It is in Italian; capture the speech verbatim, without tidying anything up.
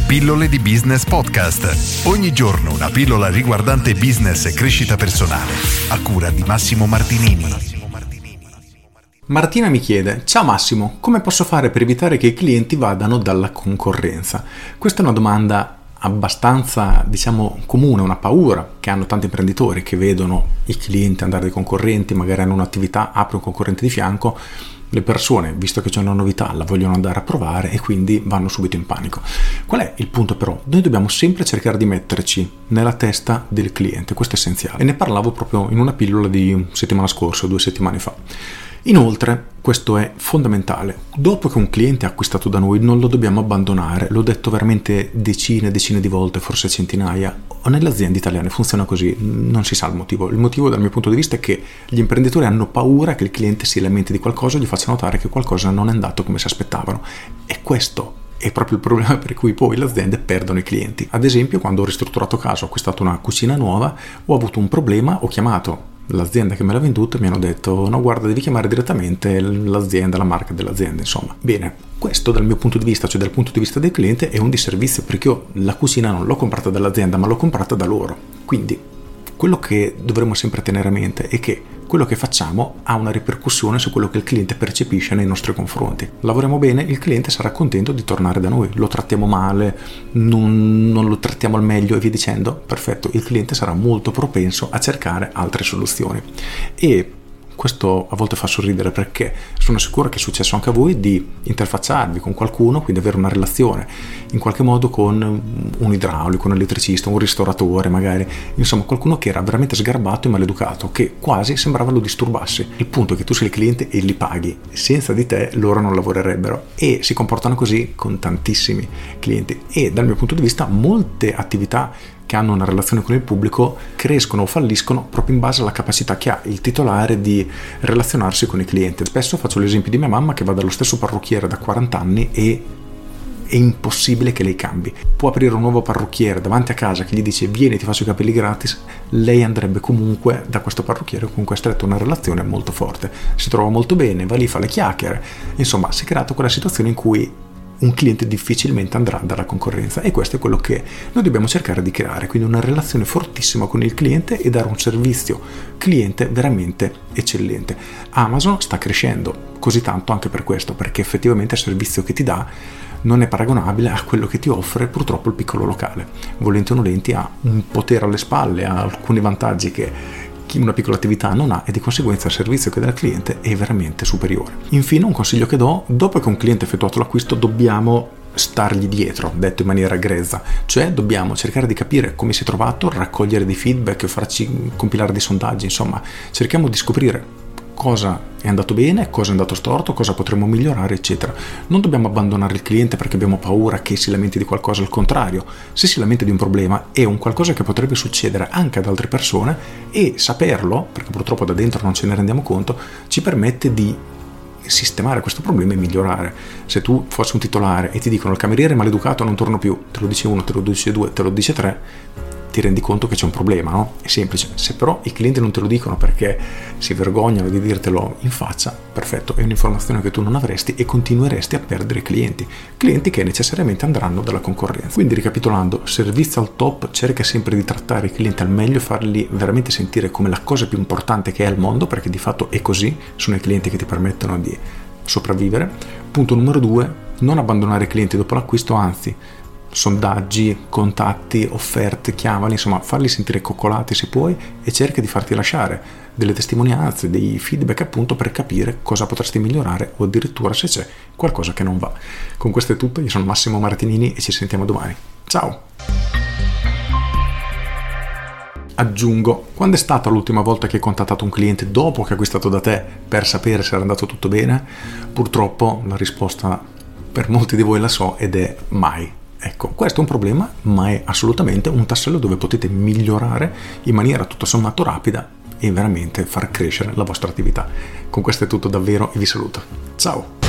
Pillole di Business Podcast. Ogni giorno una pillola riguardante business e crescita personale. A cura di Massimo Martinini. Martina mi chiede: ciao Massimo, come posso fare per evitare che i clienti vadano dalla concorrenza? Questa è una domanda abbastanza, diciamo, comune, una paura che hanno tanti imprenditori che vedono i clienti andare dai concorrenti, magari hanno un'attività, apre un concorrente di fianco, le persone, visto che c'è una novità, la vogliono andare a provare e quindi vanno subito in panico. Qual è il punto però? Noi dobbiamo sempre cercare di metterci nella testa del cliente, questo è essenziale, e ne parlavo proprio in una pillola di settimana scorsa o due settimane fa. Inoltre, questo è fondamentale, dopo che un cliente è acquistato da noi non lo dobbiamo abbandonare, l'ho detto veramente decine e decine di volte, forse centinaia, nelle aziende italiane funziona così, non si sa il motivo. Il motivo dal mio punto di vista è che gli imprenditori hanno paura che il cliente si lamenti di qualcosa o gli faccia notare che qualcosa non è andato come si aspettavano, e questo è proprio il problema per cui poi le aziende perdono i clienti. Ad esempio, quando ho ristrutturato casa, ho acquistato una cucina nuova, ho avuto un problema, ho chiamato l'azienda che me l'ha venduta e mi hanno detto: no, guarda, devi chiamare direttamente l'azienda, la marca dell'azienda, insomma. Bene, questo dal mio punto di vista, cioè dal punto di vista del cliente, è un disservizio, perché io la cucina non l'ho comprata dall'azienda ma l'ho comprata da loro. Quindi quello che dovremmo sempre tenere a mente è che quello che facciamo ha una ripercussione su quello che il cliente percepisce nei nostri confronti. Lavoriamo bene, il cliente sarà contento di tornare da noi. Lo trattiamo male, non, non lo trattiamo al meglio e via dicendo, perfetto, il cliente sarà molto propenso a cercare altre soluzioni. E questo a volte fa sorridere, perché sono sicuro che è successo anche a voi di interfacciarvi con qualcuno, quindi avere una relazione in qualche modo con un idraulico, un elettricista, un ristoratore magari, insomma qualcuno che era veramente sgarbato e maleducato, che quasi sembrava lo disturbassi. Il punto è che tu sei il cliente e li paghi, senza di te loro non lavorerebbero, e si comportano così con tantissimi clienti. E dal mio punto di vista molte attività che hanno una relazione con il pubblico crescono o falliscono proprio in base alla capacità che ha il titolare di relazionarsi con i clienti. Spesso faccio l'esempio di mia mamma, che va dallo stesso parrucchiere da quaranta anni e è impossibile che lei cambi. Può aprire un nuovo parrucchiere davanti a casa che gli dice: vieni, ti faccio i capelli gratis, lei andrebbe comunque da questo parrucchiere con cui ha stretto una relazione molto forte, si trova molto bene, va lì, fa le chiacchiere, insomma si è creata quella situazione in cui un cliente difficilmente andrà dalla concorrenza, e questo è quello che noi dobbiamo cercare di creare, quindi una relazione fortissima con il cliente e dare un servizio cliente veramente eccellente. Amazon sta crescendo così tanto anche per questo, perché effettivamente il servizio che ti dà non è paragonabile a quello che ti offre purtroppo il piccolo locale. Volenti o nolenti ha un potere alle spalle, ha alcuni vantaggi che chi una piccola attività non ha, e di conseguenza il servizio che dà al cliente è veramente superiore. Infine, un consiglio che do: dopo che un cliente ha effettuato l'acquisto dobbiamo stargli dietro, detto in maniera grezza, cioè dobbiamo cercare di capire come si è trovato, raccogliere dei feedback, farci compilare dei sondaggi, insomma cerchiamo di scoprire cosa è andato bene, cosa è andato storto, cosa potremmo migliorare, eccetera. Non dobbiamo abbandonare il cliente perché abbiamo paura che si lamenti di qualcosa, al contrario, se si lamenta di un problema è un qualcosa che potrebbe succedere anche ad altre persone, e saperlo, perché purtroppo da dentro non ce ne rendiamo conto, ci permette di sistemare questo problema e migliorare. Se tu fossi un titolare e ti dicono: il cameriere è maleducato, non torno più, te lo dice uno, te lo dice due, te lo dice tre, ti rendi conto che c'è un problema, no? È semplice. Se però i clienti non te lo dicono perché si vergognano di dirtelo in faccia, perfetto, è un'informazione che tu non avresti e continueresti a perdere clienti, clienti che necessariamente andranno dalla concorrenza. Quindi, ricapitolando, servizio al top, cerca sempre di trattare i clienti al meglio, farli veramente sentire come la cosa più importante che è al mondo, perché di fatto è così, sono i clienti che ti permettono di sopravvivere. Punto numero due, non abbandonare i clienti dopo l'acquisto, anzi sondaggi, contatti, offerte, chiamali, insomma farli sentire coccolati se puoi, e cerca di farti lasciare delle testimonianze, dei feedback appunto, per capire cosa potresti migliorare o addirittura se c'è qualcosa che non va. Con questo è tutto, io sono Massimo Martinini e ci sentiamo domani. Ciao! Aggiungo, quando è stata l'ultima volta che hai contattato un cliente dopo che ha acquistato da te per sapere se era andato tutto bene? Purtroppo la risposta per molti di voi la so, ed è mai. Ecco, questo è un problema, ma è assolutamente un tassello dove potete migliorare in maniera tutto sommato rapida e veramente far crescere la vostra attività. Con questo è tutto davvero e vi saluto. Ciao!